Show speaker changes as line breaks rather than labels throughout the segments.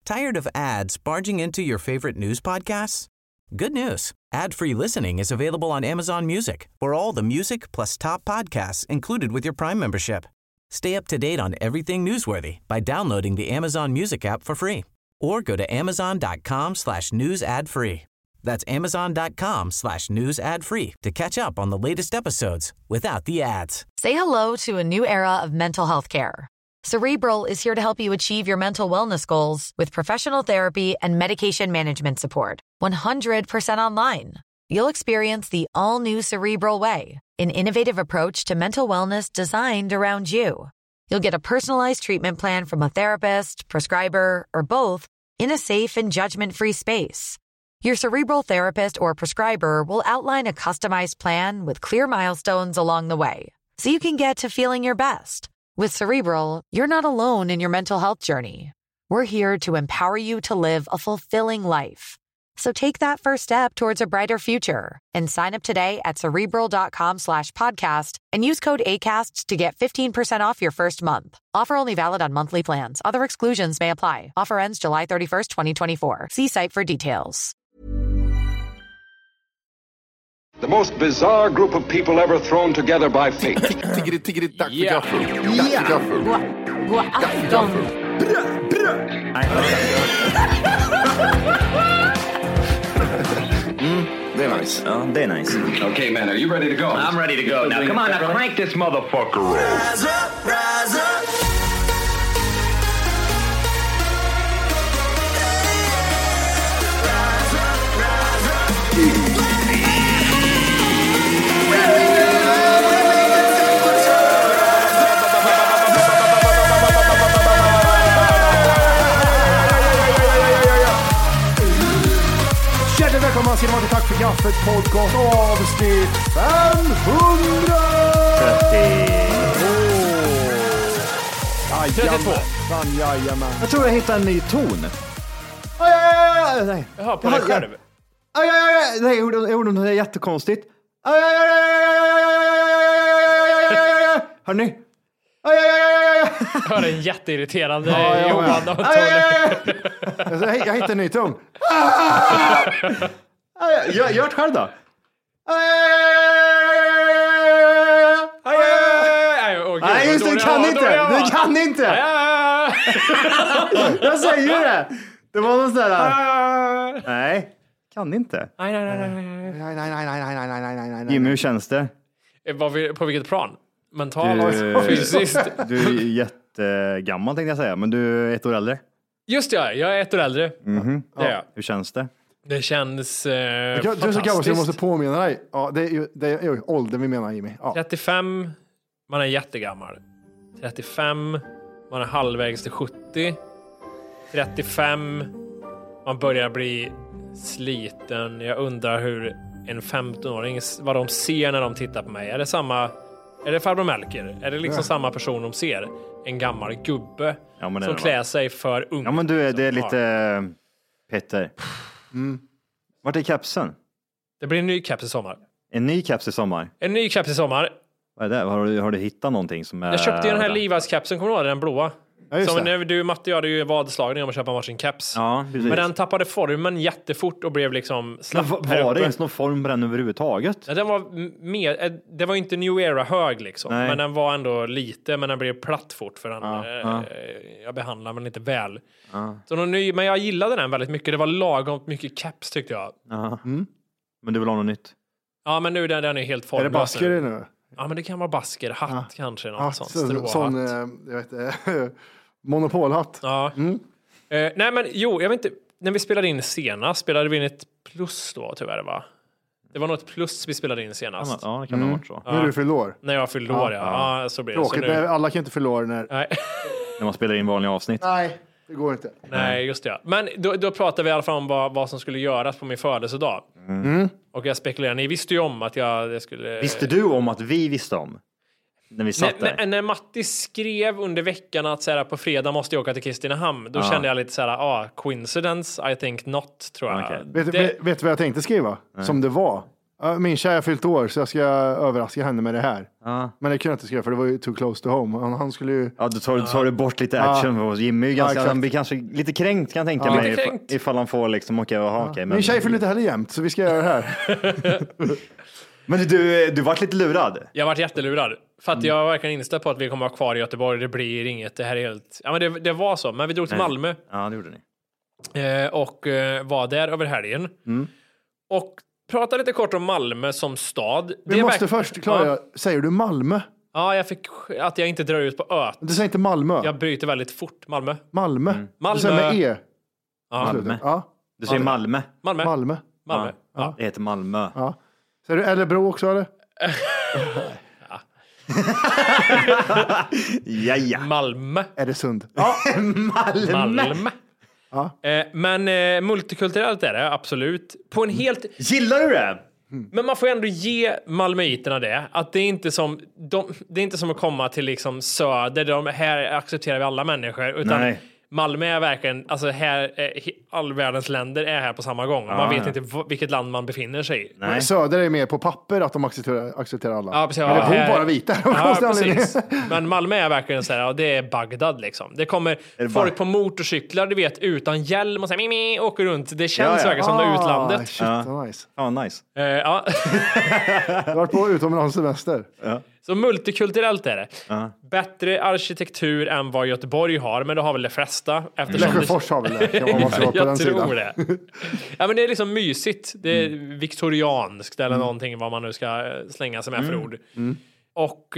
Tired of ads barging into your favorite news podcasts? Good news. Ad-free listening is available on Amazon Music for all the music plus top podcasts included with your Prime membership. Stay up to date on everything newsworthy by downloading the Amazon Music app for free or go to amazon.com/news ad free. That's amazon.com/news ad free to catch up on the latest episodes without the ads.
Say hello to a new era of mental health care. Cerebral is here to help you achieve your mental wellness goals with professional therapy and medication management support. 100% online. You'll experience the all-new Cerebral Way, an innovative approach to mental wellness designed around you. You'll get a personalized treatment plan from a therapist, prescriber, or both in a safe and judgment-free space. Your Cerebral therapist or prescriber will outline a customized plan with clear milestones along the way, so you can get to feeling your best. With Cerebral, you're not alone in your mental health journey. We're here to empower you to live a fulfilling life. So take that first step towards a brighter future and sign up today at Cerebral.com/podcast and use code ACAST to get 15% off your first month. Offer only valid on monthly plans. Other exclusions may apply. Offer ends July 31st, 2024. See site for details.
The most bizarre group of people ever thrown together by fate.
Tiggeri, dack för gaffel. Dack för gaffel.
God afton.
Det är nice.
Ja, det är nice.
Okay, man, are you ready to go?
I'm ready to go. Now, come on, now crank this motherfucker up.
Rise up, rise up.
Välkomna ska det vara till Tack för kaffet podcast avsnitt 500!
32.
Jajamän.
Jag tror jag hittade en ny ton.
Nej.
Jaha, på dig själv?
Nej, jag gjorde något jättekonstigt. Hörni?
Jag hör en jätteirriterande
Ja,
Johan.
Jag hittade en ny ton. Gör det själv då. Nej, just det, du kan inte. Du kan inte. Jag säger det. Det var någon sån där. Nej, kan inte.
Nej.
Nej.
Jimmy, hur känns det?
På vilket plan? Mentalt? Fysiskt?
Du är jättegammal tänkte jag säga, men du är 1 år äldre.
Just ja, jag är 1 år äldre. Det är jag.
Hur känns det?
Det känns
Du är så gammal så jag
fantastiskt.
måste påminna dig. Ja, det är ju åldern vi menar, Jimmy. Ja.
35, man är jättegammal. 35, man är halvvägs till 70. 35, man börjar bli sliten. Jag undrar hur en 15-åring, vad de ser när de tittar på mig. Är det farbror Melker? Är det liksom samma person de ser? En gammal gubbe som klär sig för ung.
Ja, men det är lite Petter. Vart är kapsen?
Det blir en ny caps i sommar.
En ny caps i sommar?
En ny caps i sommar.
Vad är det? Har du hittat någonting som är...
Jag köpte ju den här Levi's-capsen, kommer du ihåg den blåa?
Ja,
som när du, Matte, hade ju vadslagning om att köpa varsin caps.
Ja, precis.
Men den tappade formen jättefort och blev liksom slapp.
Var det ens någon form på den överhuvudtaget?
Ja, den var mer, det var inte New Era hög liksom.
Nej.
Men den var ändå lite, men den blev platt fort för den. Jag behandlar den inte väl. Så någon ny, men jag gillade den väldigt mycket. Det var lagom mycket caps tyckte jag.
Men du vill ha något nytt?
Ja, men nu den är helt formlös.
Är det basker nu?
Ja, men det kan vara basker. Hatt kanske. Något sånt.
Sån,
Stråhatt.
jag vet monopolhatt.
Ja. Nej, men jag vet inte. När vi spelade in senast spelade vi in ett plus då, tyvärr, va? Det var något plus vi spelade in senast.
Ja, det kan ha varit så.
När du fyllde år.
När jag fyllde år, ja. Så blir det.
Tråkigt, alla kan inte fylla år när...
Nej.
När man spelar in vanliga avsnitt.
Nej, det går inte.
Nej, just det. Men då pratade vi i alla fall om vad som skulle göras på min födelsedag. Och jag spekulerade. Ni visste ju om att jag skulle...
Visste du om att vi visste om? När vi satt där?
När Matti skrev under veckan att så här, på fredag måste jag åka till Kristinehamn, då kände jag lite så här, coincidence, I think not, tror jag.
Okay.
Vet du vad jag tänkte skriva? Som det var. Min tjej har fyllt år så jag ska överraska henne med det här. Men det kunde jag inte skriva för det var ju too close to home. Han skulle ju...
Ja, då tar du bort lite action. Jimmy är ganska, han blir kanske lite kränkt kan jag tänka mig. Ifall han får liksom okej.
Min tjej fyller inte heller jämt så vi ska göra det här.
Men du vart lite lurad.
Jag vart jättelurad. För att jag var verkligen inställd på att vi kommer att vara kvar i Göteborg. Det blir inget. Det här är helt... Ja, men det var så. Men vi drog till Malmö.
Ja, det gjorde ni.
Och var där över helgen. Och pratade lite kort om Malmö som stad.
Vi måste först klara. Säger du Malmö?
Ja, jag fick att jag inte drar ut på ö.
Du säger inte Malmö?
Jag bryter väldigt fort. Malmö.
Malmö. Du säger med E.
Malmö.
Ja.
Du säger Malmö.
Malmö.
Ja. Det heter Malmö.
Ja. Säger du Ellebro också eller?
Jaja.
Malmö.
Är det Sund?
Ja,
Malmö.
Ja.
Men multikulturellt är det, absolut. På en helt...
Gillar du det?
Men man får ändå ge malmöiterna det. Att det är inte som, det är inte som att komma till liksom söder. Här accepterar vi alla människor. Utan
Nej.
Malmö är verkligen, alltså här, all världens länder är här på samma gång. Man vet inte vilket land man befinner sig i.
Nej.
Söder är mer på papper att de accepterar alla.
Ja, precis,
eller bor
här,
bara vita.
Ja, precis. Men Malmö är verkligen så här, ja, det är Bagdad liksom. Det kommer folk på motorcyklar, du vet, utan hjälm och så här, åker runt. Det känns verkligen som det utlandet.
Shit, nice.
Ja, nice.
Ja.
Du har varit på utomlands semester.
Ja.
Så multikulturellt är det. Bättre arkitektur än vad Göteborg har, men det har väl de flesta.
Lesjöfors har väl det. Om man ska vara på den sidan.
tror det. Ja, men det är liksom mysigt. Det är viktorianskt eller någonting, vad man nu ska slänga sig med för ord. Och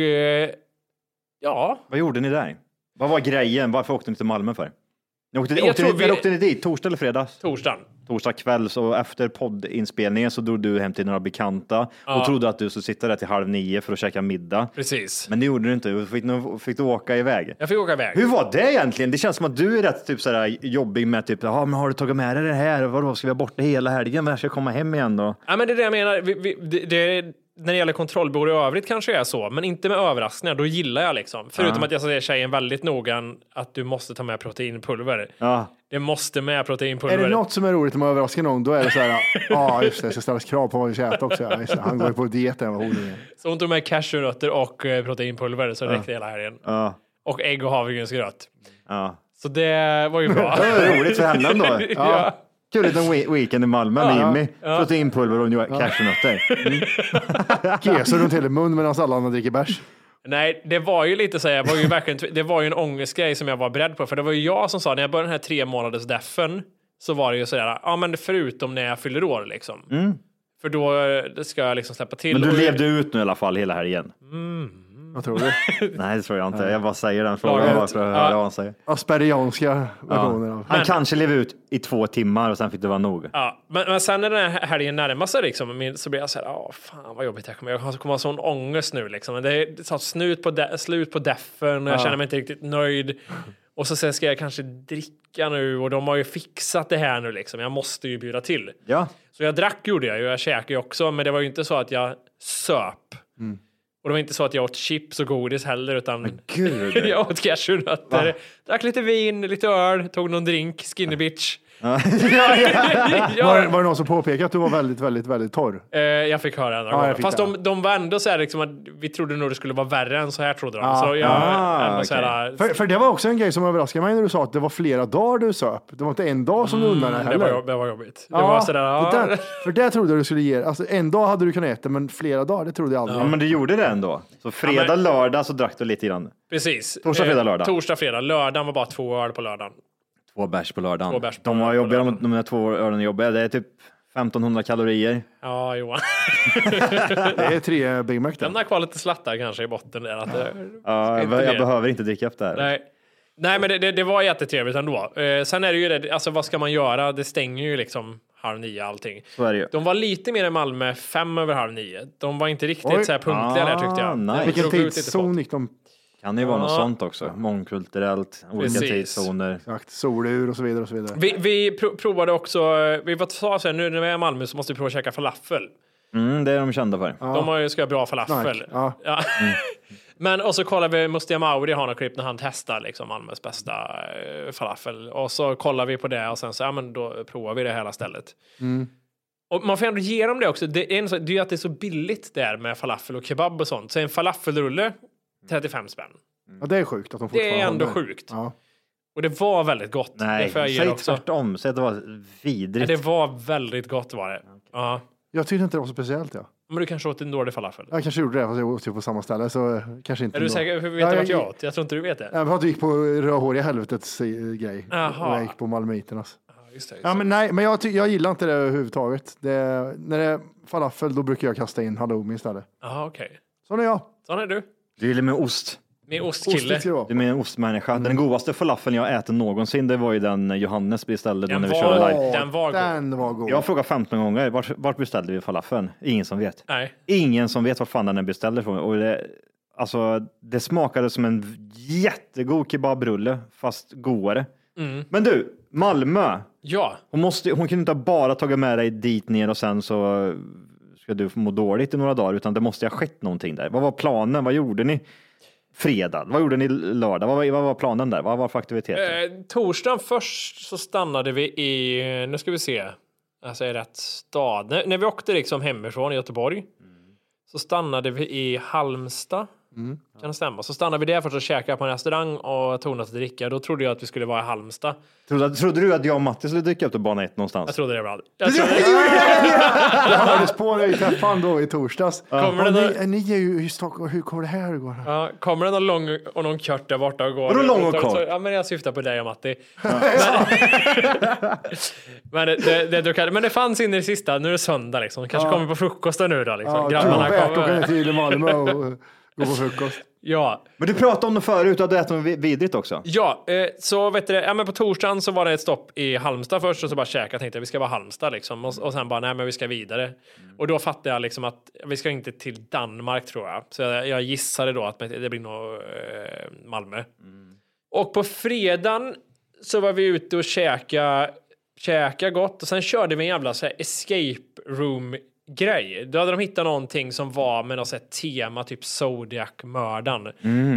ja.
Vad gjorde ni där? Vad var grejen? Varför åkte ni till Malmö för? Åkte ni dit? Torsdag eller fredag? Torsdag kväll, så efter poddinspelningen så drog du hem till några bekanta och trodde att du skulle sitta där till 8:30 för att käka middag.
Precis.
Men det gjorde du inte. Du fick åka iväg.
Jag fick åka iväg.
Hur var det egentligen? Det känns som att du är rätt typ sådär jobbig med typ, men har du tagit med dig det här? Vadå, ska vi vara borta hela helgen? Men jag ska komma hem igen då?
Ja, men det är det jag menar. När det gäller kontrollbord i övrigt kanske är så, men inte med överraskningar. Då gillar jag liksom. Förutom att jag säger tjejen väldigt noga att du måste ta med proteinpulver.
Ja.
Det måste med proteinpulver.
Är det något som är roligt om att överraska någon, då är det så här, just det, jag ska ställa krav på vad vi ska äta också. Han går ju på dieten, vad hon är.
Så hon tog med cashewnötter och proteinpulver, så det räckte hela helgen. Och ägg och havregrynsgröt. Så det var ju bra.
Det var roligt för henne då.
Ja.
Kul liten weekend i Malmö med Jimmy. Proteinpulver och cashewnötter.
Kesar runt hela mun medan alla andra dricker bärs.
Nej, det var ju lite så här, det var ju en ångestgrej som jag var beredd på. För det var ju jag som sa, när jag började den här 3 månaders deffen, så var det ju sådär, ja men förutom när jag fyller år liksom. För då ska jag liksom släppa till.
Men du levde ut nu i alla fall hela här igen.
Vad tror du?
Nej, det tror jag inte. Jag bara säger den frågan bara för att höra vad han säger.
Asperianska versioner av.
Han kanske lever ut i 2 timmar och sen fick det vara nog.
Ja, men sen när den här helgen närmar sig liksom, så blir jag så här, fan vad jobbigt jag kommer ha sån ångest nu liksom. Men det är slut på deffen och jag känner mig inte riktigt nöjd. Och så ska jag kanske dricka nu och de har ju fixat det här nu liksom. Jag måste ju bjuda till.
Ja.
Så jag drack gjorde jag ju, jag käkade ju också, men det var ju inte så att jag söp. Och det var inte så att jag åt chips och godis heller, utan jag åt cashewnötter, drack lite vin, lite öl, tog någon drink, skinny bitch.
Var det någon som påpekade att du var väldigt, väldigt, väldigt torr?
Jag fick höra några gånger. Fast de var ändå så här liksom, att vi trodde nog det skulle vara värre än så här, trodde de. Så jag så här,
för det var också en grej som överraskade mig när du sa att det var flera dagar du söp. Det var inte en dag som du undrade heller.
Det var jobbigt. Det var så där,
för det trodde du skulle ge, alltså en dag hade du kunnat äta, men flera dagar, det trodde jag aldrig.
Ja, men du gjorde det ändå. Så fredag, lördag så drack du lite grann.
Precis.
Torsdag, fredag, lördag.
Torsdag, fredag. Lördagen var bara 2 öl på lördagen.
2 bärs på lördagen.
2 bärs på
de var jobbiga, de där 2 ölen jobbiga. Det är typ 1500 kalorier.
Ja, Johan.
Det är 3 Big Mac.
Lämna kvar lite slattar kanske i botten där.
Jag behöver inte dricka upp det här.
Nej, men det var jättetrevligt ändå. Sen är det ju det, alltså vad ska man göra? Det stänger ju liksom 8:30 allting.
Så är det ju.
De var lite mer i Malmö 8:55. De var inte riktigt så här punktliga där, tyckte jag.
Nice.
Vilken tidszon gick de?
Kan det ju vara något sånt också. Mångkulturellt, olika tidszoner.
Exakt, solur och så vidare och så vidare.
Vi provade också, vi var så här, nu när vi är i Malmö så måste vi prova att käka falafel.
Det är de kända för.
De har ju ska ha bra falafel. Men och så kollade vi, Mustiga Mauri har något klipp när han testar liksom Malmös bästa falafel. Och så kollar vi på det och sen så, men då provar vi det hela stället. Och man får ändå ge dem det också. Det är ju att det är så billigt där med falafel och kebab och sånt. Så en falafelrulle, 35 spänn.
Ja, det är sjukt att de fortfarande
Det är ändå
har
sjukt.
Ja.
Och det var väldigt gott.
Nej, säg tvärtom. Säg att det var vidrigt.
Det var väldigt gott var det. Ja.
Jag tyckte inte det var så speciellt. Ja.
Men du kanske åt en dålig falafel?
Jag kanske gjorde det, fast jag åt ju på samma ställe. Så kanske inte
är du säker? Hur vet du vart jag åt? Jag tror inte du vet det.
Jag för att du gick på rödhåriga helvetets grej.
Aha.
Och jag gick på malmöiternas.
Just det.
Ja, men nej, men jag gillar inte det överhuvudtaget. När det är falafel, då brukar jag kasta in halloumi istället.
Jaha, okej.
Sån är jag.
Sån är du.
Du gillar med ost.
Med ostkille.
Du är med en ostmänniska. Den godaste falafeln jag ätit någonsin, det var ju den Johannes beställde när vi körde live.
Den var god.
Jag frågade 15 gånger, vart beställde vi falafeln? Ingen som vet.
Nej.
Ingen som vet vad fan den är beställd från. Och det smakade som en jättegod kebabrulle, fast godare.
Mm.
Men du, Malmö.
Ja.
Hon kunde inte bara tagit med dig dit ner och sen så ska du må dåligt i några dagar, utan det måste ha skett någonting där. Vad var planen? Vad gjorde ni fredag? Vad gjorde ni lördag? Vad var planen där? Vad var för aktiviteter?
Torsdagen först så stannade vi i, nu ska vi se, jag säger rätt stad. När vi åkte liksom hemifrån i Göteborg så stannade vi i Halmstad. Kan det stämma? Så stannade vi där först och käkade på en restaurang och tog något att dricka. Då trodde jag att vi skulle vara i Halmstad.
Trodde du att jag och Matti skulle dyka upp till bana 1 någonstans?
Jag trodde det ibland.
Jag hördes på när vi träffade då i torsdags. Ni är ju i Stockholm. Hur kommer det här att gå?
Ja, kommer det någon lång och någon kort där borta och går?
Vadå lång och kort?
Ja, men jag syftar på dig och Matti. Men det fanns in i det sista. Nu är det söndag liksom. Kanske kommer på frukosten nu då liksom.
Ja,
grabbarna
kommer till Malmö och gå på frukost.
Ja.
Men du pratade om det förut, att du äter något vidrigt också.
Ja, så vet du, men på torsdagen så var det ett stopp i Halmstad först och så bara käka, tänkte jag vi ska vara Halmstad liksom och sen bara nej men vi ska vidare. Och då fattade jag liksom att vi ska inte till Danmark tror jag. Så jag gissade då att det blir nog Malmö. Och på fredagen så var vi ute och käka gott och sen körde vi en jävla så här escape room grej. Då hade de hittat någonting som var med något så här tema typ Zodiac-mördaren.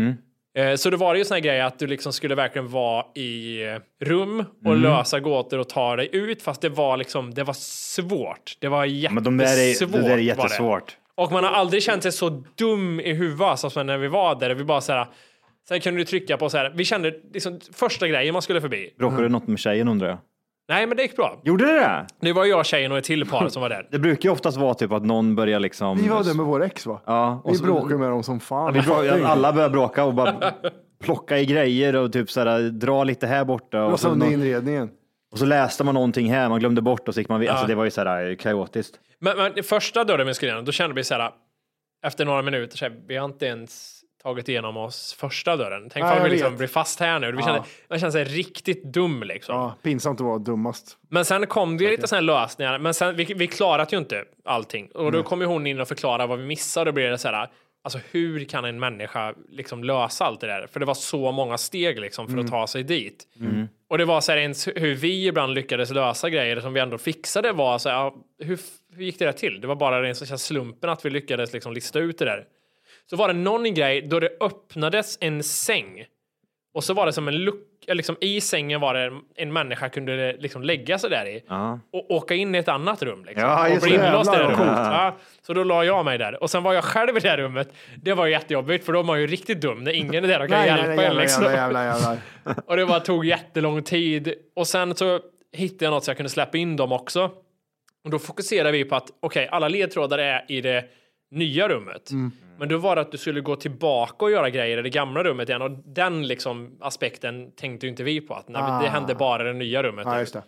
Så det var ju sån här grej att du liksom skulle verkligen vara i rum och lösa gåtor och ta dig ut, fast det var liksom, det var svårt. Det var jättesvårt. Men
det där är jättesvårt.
Och man har aldrig känt sig så dum i huvudet som när vi var där. Vi bara så här, sen kunde du trycka på så här, vi kände liksom första grejen man skulle förbi.
Bråkade du något med tjejen undrar jag?
Nej, men det gick bra.
Gjorde det?
Det var jag, tjejen och ett till par som var där.
Det brukar ju oftast vara typ att någon börjar liksom...
Vi var där med vår ex va?
Ja.
Vi bråkade med dem som fan.
Alla börjar bråka och bara plocka i grejer och typ såhär, dra lite här borta.
Och så inredningen.
Och så läste man någonting här, man glömde bort och så gick man... Alltså det var ju såhär kaotiskt.
Men första dörren vi skulle igenom, då kände vi såhär, efter några minuter så här, vi har inte ens tagit igenom oss första dörren. Tänk om vi liksom blir fast här nu. Man känner sig riktigt dum liksom.
Ja, pinsamt att vara dummast.
Men sen kom det lite sådana lösningar. Men sen, vi klarat ju inte allting. Och då kom ju hon in och förklarade vad vi missade. Och då blev det så här, alltså hur kan en människa liksom lösa allt det där? För det var så många steg liksom för att ta sig dit. Och det var så här, ens hur vi ibland lyckades lösa grejer som vi ändå fixade var så här, hur gick det där till? Det var bara den så här slumpen att vi lyckades liksom lista ut det där. Så var det någon grej då det öppnades en säng. Och så var det som en lucka, liksom i sängen var det en människa kunde liksom lägga sig där i. Och åka in i ett annat rum liksom.
Ja,
och bli inlåst där. Ja, så då la jag mig där. Och sen var jag själv i det här rummet. Det var jättejobbigt för då var man ju riktigt dum när ingen är där och kan hjälpa en liksom.
Jävlar.
Och det tog jättelång tid. Och sen så hittade jag något så jag kunde släppa in dem också. Och då fokuserade vi på att okej, alla ledtrådar är i det nya rummet. Men då var det att du skulle gå tillbaka och göra grejer i det gamla rummet igen. Och den liksom aspekten tänkte ju inte vi på. Att det hände bara i det nya rummet.
Ja, just det.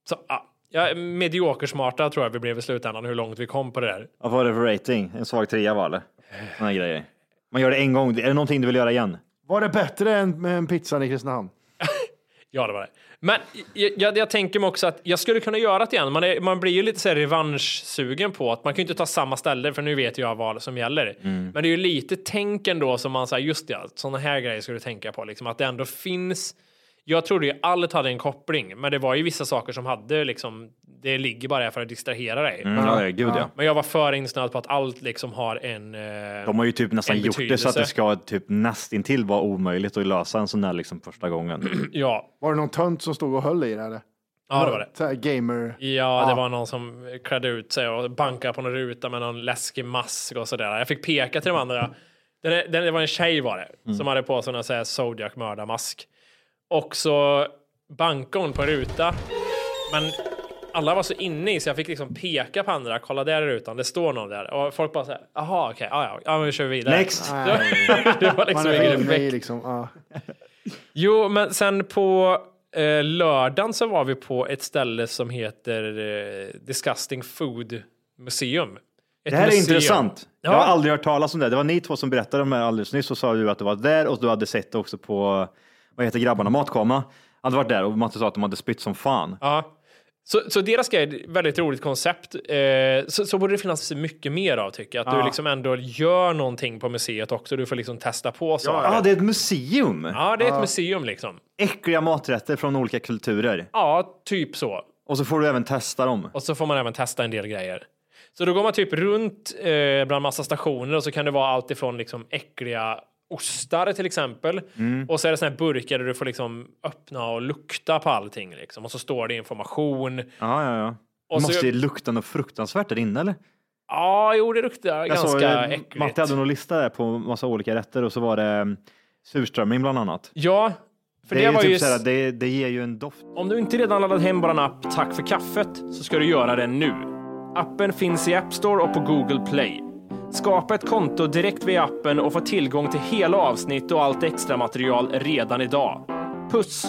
Så mediokersmarta tror jag vi blev i slutändan hur långt vi kom på det där.
Vad var det för rating? En svag 3 var eller? Såna grejer. Man gör det en gång. Är det någonting du vill göra igen?
Var det bättre än med en pizzan i Kristinehamn?
Ja, det var det. Men jag tänker mig också att jag skulle kunna göra det igen. Man blir ju lite så här revanschsugen på att man kan ju inte ta samma ställe för nu vet jag vad som gäller. Men det är ju lite tänken då som man säger just det, sådana här grejer ska du tänka på liksom, att det ändå finns. Jag trodde ju allt hade en koppling, men det var ju vissa saker som hade liksom, det ligger bara för att distrahera dig. Men jag var för insnöad på att allt liksom har en
de har ju typ nästan gjort det så att det ska typ nästintill vara omöjligt att lösa en sån där liksom första gången.
Ja.
Var det någon tönt som stod och höll i det eller?
Ja, det var det.
Så här gamer.
Ja, det var någon som klädde ut sig och bankade på någon ruta med någon läskig mask och sådär. Jag fick peka till de andra. Det var en tjej var det, som hade på sig en sån här Zodiac-mördarmask. Och så bankade hon på en ruta. Men alla var så inne i så jag fick liksom peka på andra. Kolla där är rutan, det står någon där. Och folk bara såhär, jaha okej, ja men vi kör vidare.
Next!
Det var liksom ingen effekt.
Liksom,
Jo, men sen på lördagen så var vi på ett ställe som heter Disgusting Food Museum.
Det här är intressant.
Ja.
Jag har aldrig hört talas om det. Det var ni två som berättade om det alldeles nyss, och sa du att det var där, och du hade sett det också på, vad heter grabbarna, Matkoma. Hade varit där och Matte sa att de hade spytt som fan.
Ja. Så deras grej är ett väldigt roligt koncept. Så borde det finnas mycket mer av, tycker jag. Att du liksom ändå gör någonting på museet också. Du får liksom testa på saker.
Ja, det är ett museum.
Ja, det är ett museum liksom.
Äckliga maträtter från olika kulturer.
Ja, typ så.
Och så får du även testa dem.
Och så får man även testa en del grejer. Så då går man typ runt bland massa stationer, och så kan det vara allt ifrån liksom äckliga ostar till exempel. Och så är det såna här burkar där du får liksom öppna och lukta på allting liksom. Och så står det information.
Ja.
Och
måste
så
det lukta något fruktansvärt där inne, eller?
Ja, jo, det luktar ganska äckligt.
Matte hade någon lista där på massa olika rätter, och så var det surströmming bland annat.
Ja, för
det
var
typ
ju...
såhär, det ger ju en doft.
Om du inte redan laddat hem vår app Tack för kaffet, så ska du göra det nu. Appen finns i App Store och på Google Play. Skapa ett konto direkt via appen och få tillgång till hela avsnitt och allt extra material redan idag. Puss!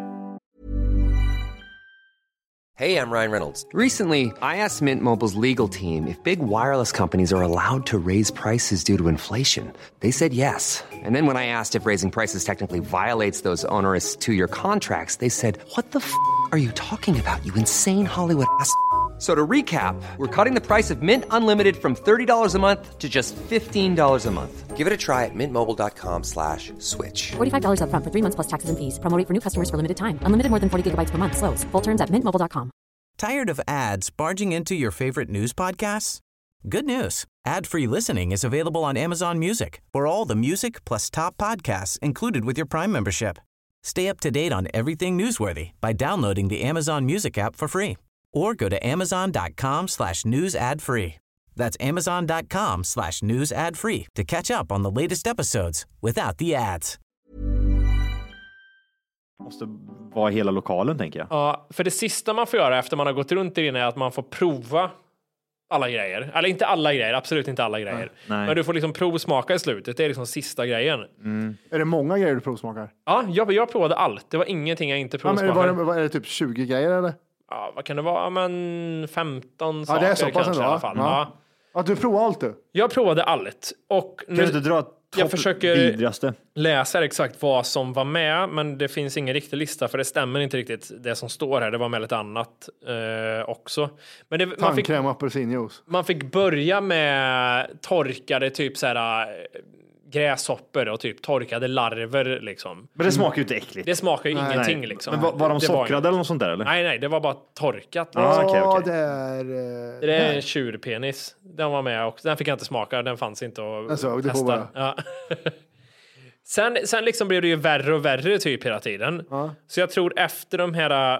Hey, I'm Ryan Reynolds. Recently, I asked Mint Mobile's legal team if big wireless companies are allowed to raise prices due to inflation. They said yes. And then when I asked if raising prices technically violates those onerous two-year contracts, they said, "What the f*** are you talking about, you insane Hollywood ass?" So to recap, we're cutting the price of Mint Unlimited from $30 a month to just $15 a month. Give it a try at mintmobile.com/switch.
$45 up front for 3 months plus taxes and fees. Promo rate for new customers for limited time. Unlimited more than 40 gigabytes per month. Slows full terms at mintmobile.com.
Tired of ads barging into your favorite news podcasts? Good news. Ad-free listening is available on Amazon Music for all the music plus top podcasts included with your Prime membership. Stay up to date on everything newsworthy by downloading the Amazon Music app for free. Or go to amazon.com/news ad free. That's amazon.com/news ad free to catch up on the latest episodes without the ads.
Måste vara hela lokalen, tänker jag.
Ja, för det sista man får göra efter man har gått runt i den är att man får prova alla grejer. Eller inte alla grejer, absolut inte alla grejer.
Nej.
Men du får liksom provsmaka i slutet, det är liksom sista grejen.
Är det många grejer du provsmakar?
Ja, jag provade allt. Det var ingenting jag inte provsmakade.
Är det typ 20 grejer eller?
Ja, vad kan det vara? Men 15
Ja, det är så
saker
pass
kanske
ändå,
i alla fall.
ja. Ja, du provade allt du?
Jag provade allt. Och
Kan du inte dra
jag försöker
vidrigaste?
läsa exakt vad som var med, men det finns ingen riktig lista, för det stämmer inte riktigt det som står här. Det var med lite annat också. Men det,
tandkräm och apelsinjuice.
Man fick börja med torkade typ så här gräshoppor och typ torkade larver liksom.
Men det smakar ju inte äckligt.
Det smakar ju ingenting liksom.
Men var de sockrade eller något sånt där, eller?
Nej, det var bara torkat.
Ja,
okej.
det är
en tjurpenis. Den var med och den fick jag inte smaka. Den fanns inte att
alltså,
testa. Ja. sen liksom blev det ju värre och värre typ hela tiden. Så jag tror efter de här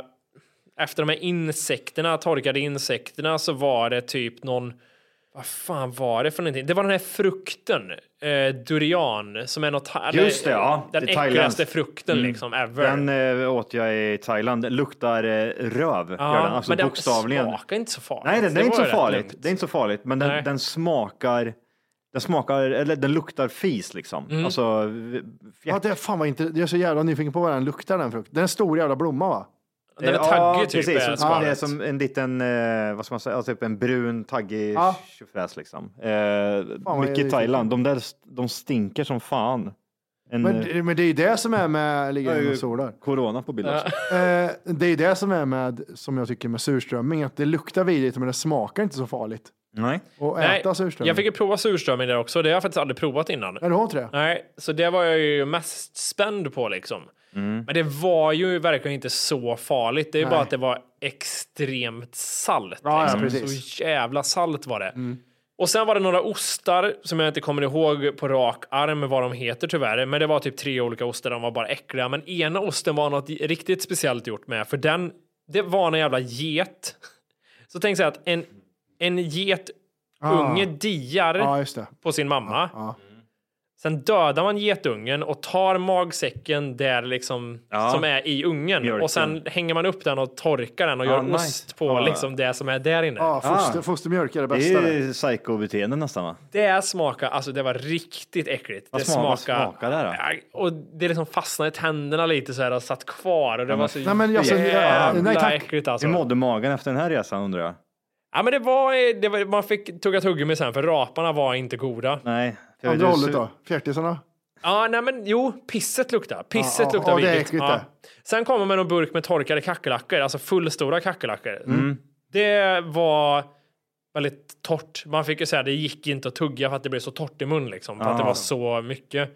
insekterna, torkade insekterna, så var det typ någon... Vad fan var det för någonting? Det var den här frukten, durian, som är något...
Just det, ja.
Den äckligaste frukten liksom, ever.
Den åt jag i Thailand. Den luktar röv, gör den. Alltså
men den
bokstavligen.
smakar inte så farligt.
Nej, det är inte så farligt. Det är inte så farligt, men den smakar... eller den luktar fis liksom. Alltså...
Ja, det är fan vad inte... Jag är så jävla nyfiken på vad den luktar, den frukten. Det är en stor jävla blomma, va?
Den är taggig typ.
Precis. Det är som en liten, vad ska man säga, typ en brun taggig tjofräs liksom. Mycket i Thailand. De stinker som fan.
Men det är ju det som är med ligger och solar.
Corona på bild också.
Det är ju det som är med, som jag tycker med surströmming, att det luktar vidrigt men det smakar inte så farligt.
Nej.
Och äta surströmming.
Jag fick ju prova surströmming där också. Det har jag faktiskt aldrig provat innan.
Ja, du har inte det?
Nej, så det var jag ju mest spänd på liksom. Men det var ju verkligen inte så farligt. Det är ju bara att det var extremt salt.
Ja,
liksom. Så jävla salt var det. Och sen var det några ostar som jag inte kommer ihåg på rak arm vad de heter tyvärr. Men det var typ 3 olika ostar. De var bara äckliga. Men ena osten var något riktigt speciellt gjort med. För den det var en jävla get. Så tänk sig att en getunge diar
på
sin mamma. Sen dödar man getungen och tar magsäcken där liksom som är i ungen. Mjölken. Och sen hänger man upp den och torkar den och gör ost på liksom det som är där inne.
Fostermjölk är det bästa.
Det är psycho-beteende nästan, va?
Det smakar, alltså det var riktigt äckligt.
Vad smakar det då?
Och det liksom fastnade i tänderna lite så här och satt kvar. Och det var så
jävla
äckligt alltså.
Hur mådde magen efter den här resan, undrar jag?
Ja, men det var man fick tugga tuggummi sen, för raparna var inte goda.
Nej.
Andra hållet då? Fjärtisarna?
Ja, nej men jo, pisset luktar. Pisset luktar vidrigt. Sen kommer man en burk med torkade kackerlackor, alltså fullstora kackerlackor. Det var väldigt torrt. Man fick ju säga det gick inte att tugga för att det blev så torrt i mun liksom, för att det var så mycket.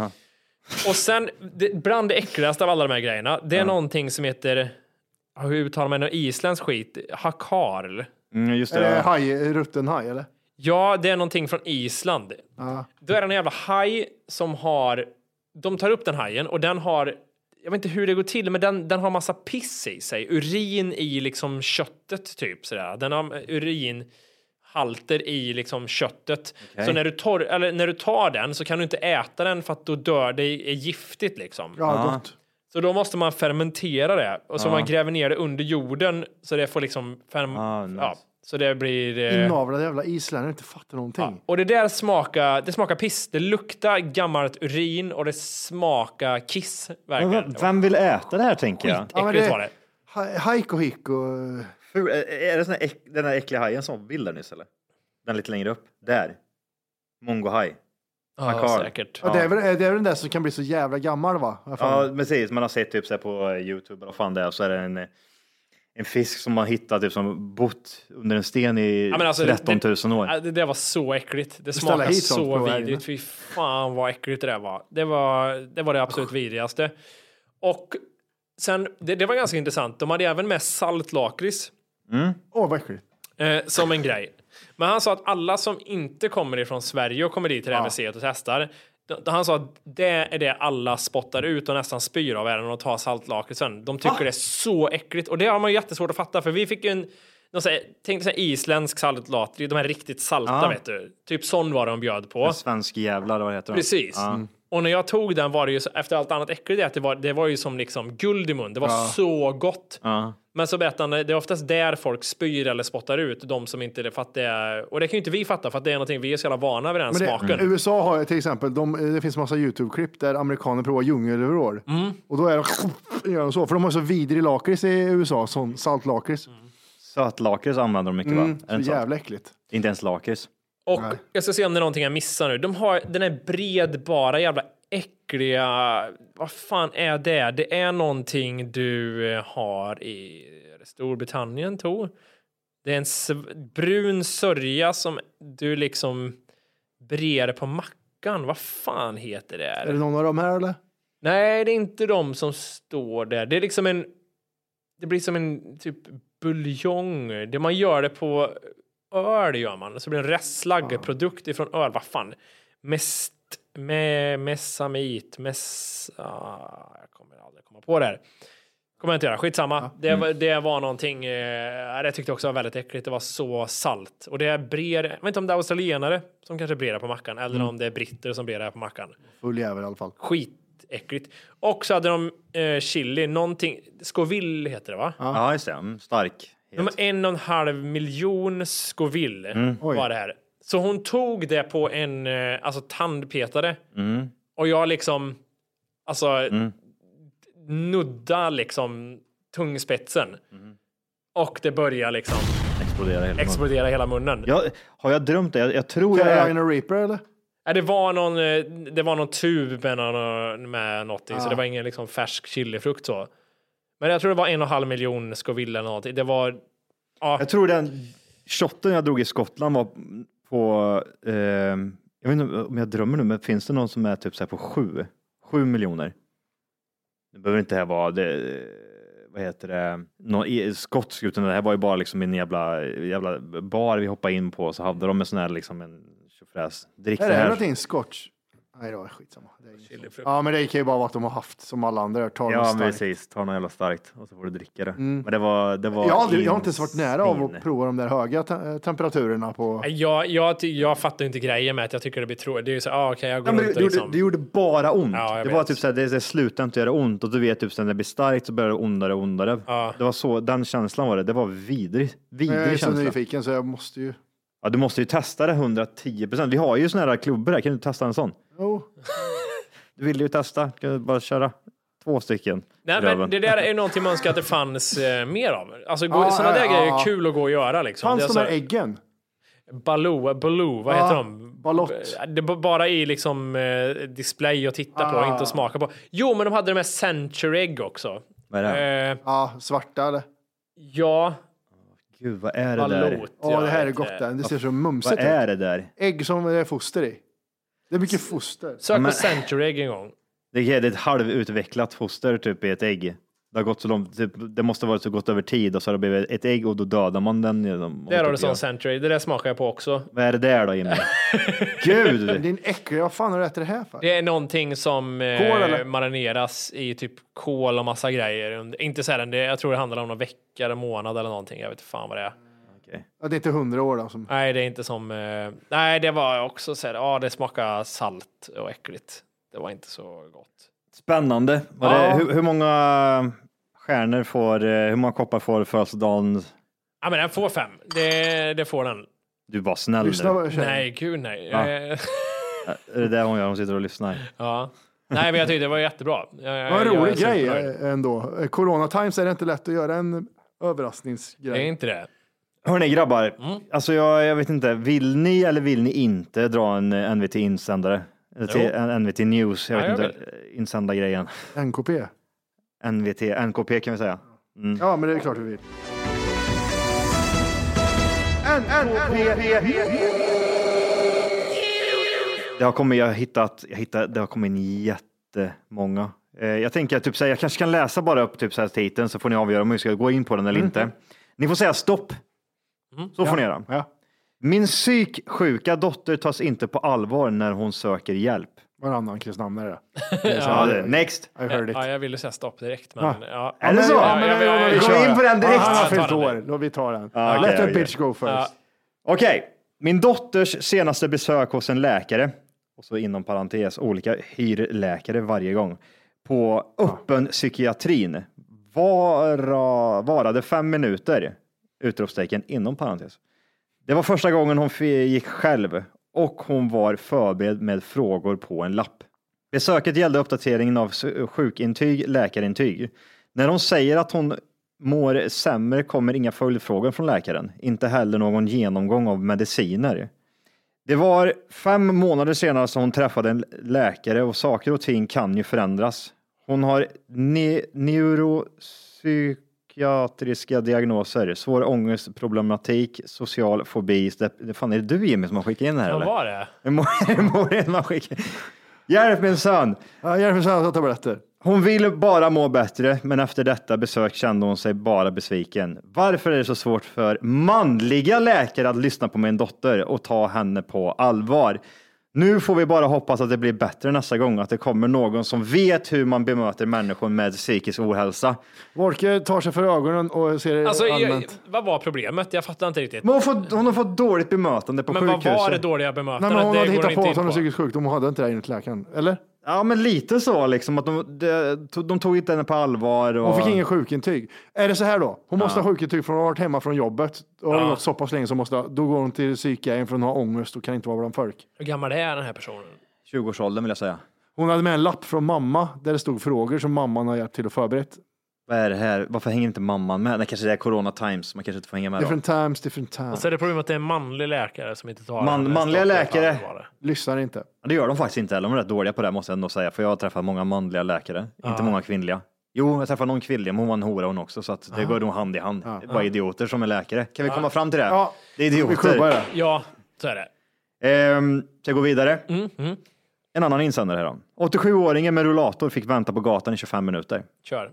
Och sen bland det äckligaste av alla de här grejerna, det är någonting som heter, hur uttalar man en isländsk skit? Hakarl.
Just det. Rutten haj eller?
Ja, det är någonting från Island. Då är det en jävla haj som har... De tar upp den hajen och den har... Jag vet inte hur det går till, men den har massa piss i sig. Urin i liksom köttet typ sådär. Den har urinhalter i liksom köttet. Okay. Så när du tar den så kan du inte äta den för att då dör det, är giftigt liksom.
Ja, gott.
Så då måste man fermentera det. Och så man gräver ner det under jorden så det får liksom...
nice.
Så det blir...
Inavlade jävla isländare inte fattar någonting.
Ja. Och det där smakar piss. Det luktar gammalt urin och det smakar kiss. Verkligen.
Vem vill äta det här, tänker jag?
Äckligt var det.
Hajk och hick och...
Är det den där äckliga hajen som vill nyss, eller? Den lite längre upp. Där. Mongohaj.
Ja, säkert.
Ja. Det är väl den där som kan bli så jävla gammal, va?
Ja, precis. Man har sett typ så här på YouTube och fan det är, så är det en fisk som man hittat typ som bott under en sten i 13 000 år.
Det var så äckligt. Det smakade så vidrigt. Fy fan vad äckligt det där var. Det var det absolut vidrigaste. Och sen, det var ganska intressant. De hade även med saltlakrits.
Vad äckligt.
Som en grej. Men han sa att alla som inte kommer ifrån Sverige och kommer dit till det här museet och testar, han sa att det är det alla spottar ut och nästan spyr av även och tar saltlakritsen. De tycker det är så äckligt. Och det har man ju jättesvårt att fatta, för vi fick ju tänk dig isländsk saltlakrit, de här riktigt salta, vet du. Typ sån var de bjöd på.
En svensk jävlar, vad heter de?
Precis. Och när jag tog den var det ju, efter allt annat äckligt, det var ju som liksom guld i mun. Det var så gott. Men så berättade det är oftast där folk spyr eller spottar ut, de som inte fattar. Och det kan ju inte vi fatta, för att det är någonting vi är så jävla vana vid den smaken.
USA har till exempel, det finns massa YouTube-klipp där amerikaner provar djungelvrål. Och då gör de så, för de har så vidrig lakrits i USA, sån saltlakrits.
Sötlakrits använder de mycket, va?
Så jävla äckligt.
Inte ens lakrits.
Och jag ska se om det är någonting jag missar nu. De har den är bredbara jävla äckliga... Vad fan är det? Det är någonting du har i Storbritannien, Tor. Det är en brun sörja som du liksom brer på mackan. Vad fan heter det?
Är det någon av dem här, eller?
Nej, det är inte de som står där. Det är liksom det blir som en typ buljong. Det man gör det på... öl gör man. Så blir det en restslaggprodukt ifrån öl. Vad fan? Messamit. Jag kommer aldrig komma på det här. Kommer jag inte göra. Skitsamma. Det var någonting... jag tyckte också var väldigt äckligt. Det var så salt. Och det är jag vet inte om det är australienare som kanske brer på mackan. Eller om det är britter som brer på mackan.
Full jävel i alla fall.
Skitäckligt. Och så hade de chili. Någonting... Scoville heter det, va?
Ja, just det. Stark.
De har 1,5 miljon Scoville var det här. Så hon tog det på en tandpetare. Och jag liksom nudda liksom tungspetsen. Och det börjar liksom explodera hela munnen.
Har jag drömt det? Jag tror
Carolina Reaper, eller?
Det var någon tub med något i. Så det var ingen liksom färsk chilifrukt så. Men jag tror det var 1,5 miljon Scoville eller någonting. Det var... Ja.
Jag tror den shotten jag drog i Skottland var på... jag vet inte om jag drömmer nu, men finns det någon som är typ så här på 7 miljoner? Det behöver inte här vara... vad heter det? Skotsk, utan det här var ju bara liksom en jävla bar vi hoppade in på. Så hade de en sån här liksom en tjofräs.
Är det någonting skotsk? Nej, det var skitsamma. Ja, men det kan ju bara vara att de har haft som alla andra.
Ja, precis. Ta något jävla starkt och så får du dricka det. Men det var
jag har inte ens varit nära av att prova de där höga temperaturerna på...
Jag fattar inte grejen med att jag tycker det blir tråkigt. Det är ju så, okej, jag går runt och liksom...
Det gjorde bara ont.
Ja,
det var typ såhär, det slutar inte göra ont och du vet typ när det blir starkt så börjar det ondare och ondare. Ja. Det var så, den känslan var det. Det var vidrig känsla.
Jag är så nyfiken så jag måste ju...
Ja, du måste ju testa det 110%. Vi har ju såna här klubbor här. Kan du testa en sån?
Jo.
Du vill ju testa. Kan du bara köra 2 stycken?
Nej, men det där är någonting man önskar att det fanns mer av. Alltså, sådana där grejer är kul att gå och göra. Liksom.
Fanns de här äggen?
Baloo, vad heter de?
Ballott.
Det är bara i liksom display att titta på, inte att smaka på. Jo, men de hade de här Century Egg också.
Vad är det?
Svarta eller?
Ja.
Gud, vad är det där?
Ja, det här är gott. Det ser så mumsigt ut.
Vad är det där?
Ägg som det är foster i. Det är mycket foster.
Sök på Century Egg en gång.
Det är ett halvutvecklat foster typ i ett ägg. Det har gått så långt, typ, det måste ha varit så gått över tid och så har det blivit ett ägg och då dödar man den.
Där har du sån Century. Det där smakar jag på också.
Vad är det där då, Jimmy? Gud!
Din äckliga, vad fan har du ätit det här för?
Det är någonting som marineras i typ kol och massa grejer. Inte så här, jag tror det handlar om någon vecka eller månad eller någonting. Jag vet inte fan vad det är.
Okay. Ja, det är inte 100 år då?
Nej, det är inte som... nej, det var också så här, det smakar salt och äckligt. Det var inte så gott.
Spännande. Hur många stjärnor hur många koppar får födelsedagen?
Ja, men den får 5. Det får den.
Du var snäll.
Nej, gud nej.
Ja. Är det där hon gör? Hon sitter och lyssnar.
Ja. Nej, men jag tyckte det var jättebra.
Vad en rolig grej ändå. Corona Times är det inte lätt att göra en överraskningsgrej.
Det är inte det.
Hörrni grabbar, alltså jag vet inte, vill ni eller vill ni inte dra en NVT-insändare? En NVT News, jag vet inte, insändargrejen.
NKP?
NKP kan vi säga.
Ja, men det är klart vi vill.
Det har kommit in jättemånga. Jag tänker typ säga, jag kanske kan läsa bara upp typ så här titeln så får ni avgöra om vi ska gå in på den eller inte. Ni får säga stopp. Så får ni göra.
Ja.
Min psyksjuka dotter tas inte på allvar när hon söker hjälp.
Varannan Kristian är
det. Next.
Jag ville säga stopp direkt. Men,
Är det så? Gå in på den direkt.
Vi tar den. Let the bitch go first.
Okej. Min dotters senaste besök hos en läkare, och så inom parentes olika hyrläkare varje gång, på öppen psykiatrin varade 5 minuter. Utropstecken inom parentes. Det var första gången hon gick själv och hon var förberedd med frågor på en lapp. Besöket gällde uppdateringen av sjukintyg, läkarintyg. När hon säger att hon mår sämre kommer inga följdfrågor från läkaren. Inte heller någon genomgång av mediciner. Det var 5 månader senare som hon träffade en läkare och saker och ting kan ju förändras. Hon har neuropsykiatriska diagnoser, svår ångestproblematik, social fobi. Det fan är det du Jimmy som har skickat in det här?
Vad var det?
Hjälp min son.
Ja, hjälp min son att ta tabletter.
Hon vill bara må bättre, men efter detta besök kände hon sig bara besviken. Varför är det så svårt för manliga läkare att lyssna på min dotter och ta henne på allvar? Nu får vi bara hoppas att det blir bättre nästa gång, att det kommer någon som vet hur man bemöter människor med psykisk ohälsa.
Wolke tar sig för ögonen och ser allmänt.
Vad var problemet? Jag fattar inte riktigt.
Men hon har fått dåligt bemötande på sjukhuset.
Men vad var det dåliga bemötandet?
Nej, men hon hade hittat på att hon har psykisk sjukdom. Hon hade inte det enligt läkaren, eller?
Ja, men lite så liksom att de tog inte henne på allvar. Och...
Hon fick ingen sjukintyg. Är det så här då? Hon måste ha sjukintyg från att ha varit hemma från jobbet. Och har gått så pass länge då går hon till psykiatrin för att hon har ångest och kan inte vara bland folk.
Hur gammal är den här personen?
20-årsåldern vill jag säga.
Hon hade med en lapp från mamma där det stod frågor som mamman har hjälpt till att förberett.
Vad är det här? Varför hänger inte mamman med? Det kanske det är Corona Times. Man kanske inte får hänga med.
Different times.
Och så är det problemet att det är en manlig läkare som inte tar
manliga läkare
lyssnar inte.
Det gör de faktiskt inte. De är rätt dåliga på det måste jag ändå säga. För jag har träffat många manliga läkare. Inte många kvinnliga. Jo, jag träffade någon kvinnlig. Men hon var en hora hon också. Så att det går nog hand i hand. Det är bara idioter som är läkare. Kan vi komma fram till det?
Ja.
Det är idioter.
Ja, så är det.
Ska jag gå vidare? En annan insändare här då. 87-åringen med rullator fick vänta på gatan i 25 minuter.
Kör.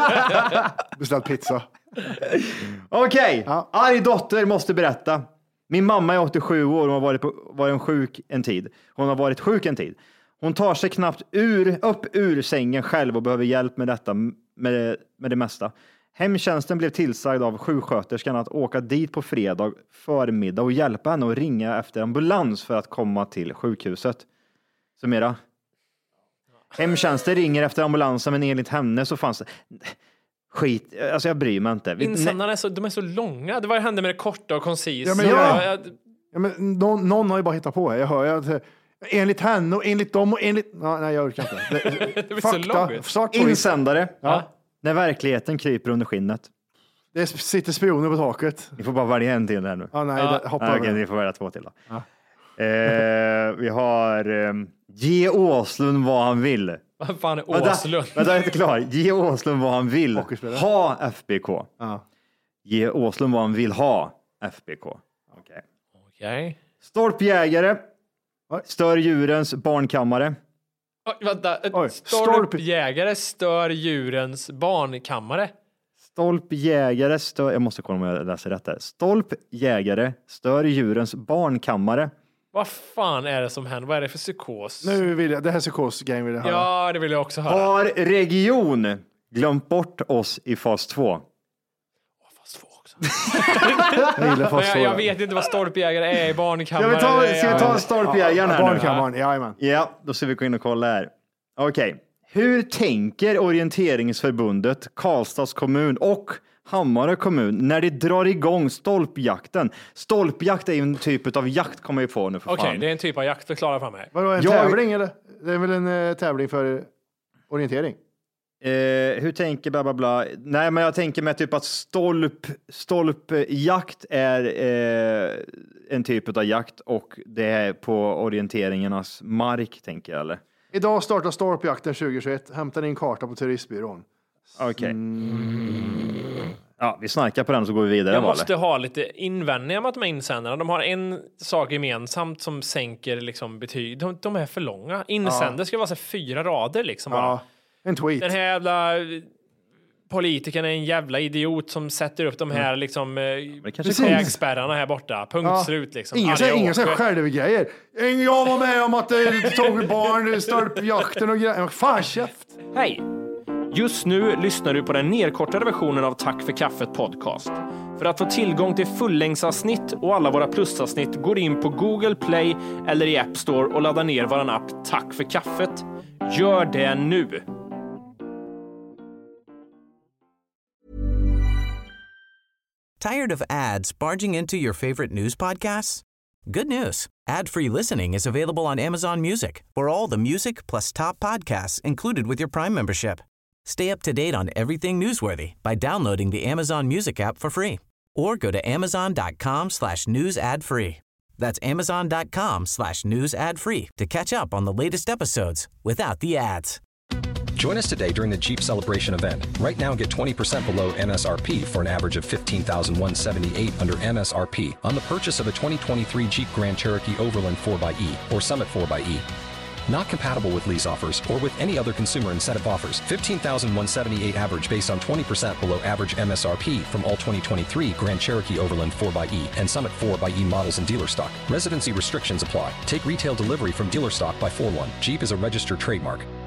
Beställt pizza.
Okej. Arg dotter måste berätta. Min mamma är 87 år och har varit sjuk en tid. Hon har varit sjuk en tid. Hon tar sig knappt upp ur sängen själv och behöver hjälp med detta, med det mesta. Hemtjänsten blev tillsagd av sjuksköterskan att åka dit på fredag förmiddag och hjälpa henne och ringa efter ambulans för att komma till sjukhuset. Summera. Hemtjänsten ringer efter ambulansen, men enligt henne så fanns det... Skit, alltså jag bryr mig inte.
Insändarna de är så långa. Det var ju hände med det korta och koncis.
Men någon har ju bara hittat på. Jag hör att enligt henne och enligt dem och enligt... Nej, jag orkar inte.
Det blir så långt.
Insändare. Ja. När verkligheten kryper under skinnet.
Det sitter spioner på taket.
Ni får bara välja en till här nu.
Hoppa
ni får välja 2 till då. Ja. Vi har Ge Åslund vad han vill.
Vad fan är Åslund?
Vänta, jag är inte klar. Ge Åslund vad han vill ha FBK. Ge Åslund vad han vill ha FBK. Okej. Stolpjägare stör djurens barnkammare.
Stolpjägare stör djurens barnkammare.
Stolpjägare stör... Jag måste kolla om jag läser rätt här. Stolpjägare stör djurens barnkammare.
Vad fan är det som händer? Vad är det för psykos?
Nu vill jag... Det här psykos-game vill jag höra.
Ja, det vill jag också höra.
Har region glömt bort oss i fas 2?
Fas 2 också. jag vet inte vad stolpjägare är i barnkammaren.
Ska vi ta stolpjägaren här nu?
Barnkammaren, jajamän.
Ja, då ska vi gå in och kolla här. Okej. Hur tänker Orienteringsförbundet, Karlstads kommun och Hammarö kommun när de drar igång stolpjakten? Stolpjakt är ju en typ av jakt, kommer jag på nu för fan.
Okej, det är en typ av jakt, förklara för mig.
Vadå, en tävling eller? Det är väl en tävling för orientering?
Hur tänker bla bla bla? Nej, men jag tänker med typ att stolpjakt är en typ av jakt och det är på orienteringarnas mark, tänker jag, eller?
Idag startar stolpjakten 2021. Hämtar in karta på turistbyrån.
Okej. Ja, vi snackar på den så går vi vidare.
Jag måste ha lite invändningar mot de här insändarna. De har en sak gemensamt som sänker liksom betyg. De är för långa. Insändare ska vara så 4 rader liksom.
Ja, en tweet.
Den här jävla politikern är en jävla idiot som sätter upp de här liksom vägspärrarna här borta. Punkt slut liksom.
Inga så självgrejer. Jag var med om att det tog barn, stolpjakten och grejer. Fan, käft.
Hej! Just nu lyssnar du på den nedkortade versionen av Tack för kaffet podcast. För att få tillgång till fullängdsavsnitt och alla våra plusavsnitt går in på Google Play eller i App Store och laddar ner våran app Tack för kaffet. Gör det nu!
Tired of ads barging into your favorite news podcasts? Good news. Ad-free listening is available on Amazon Music for all the music plus top podcasts included with your Prime membership. Stay up to date on everything newsworthy by downloading the Amazon Music app for free or go to amazon.com/news ad free. That's amazon.com/news ad free to catch up on the latest episodes without the ads.
Join us today during the Jeep Celebration event. Right now, get 20% below MSRP for an average of $15,178 under MSRP on the purchase of a 2023 Jeep Grand Cherokee Overland 4xE or Summit 4xE. Not compatible with lease offers or with any other consumer incentive offers. $15,178 average based on 20% below average MSRP from all 2023 Grand Cherokee Overland 4xE and Summit 4xE models in dealer stock. Residency restrictions apply. Take retail delivery from dealer stock by 4/1. Jeep is a registered trademark.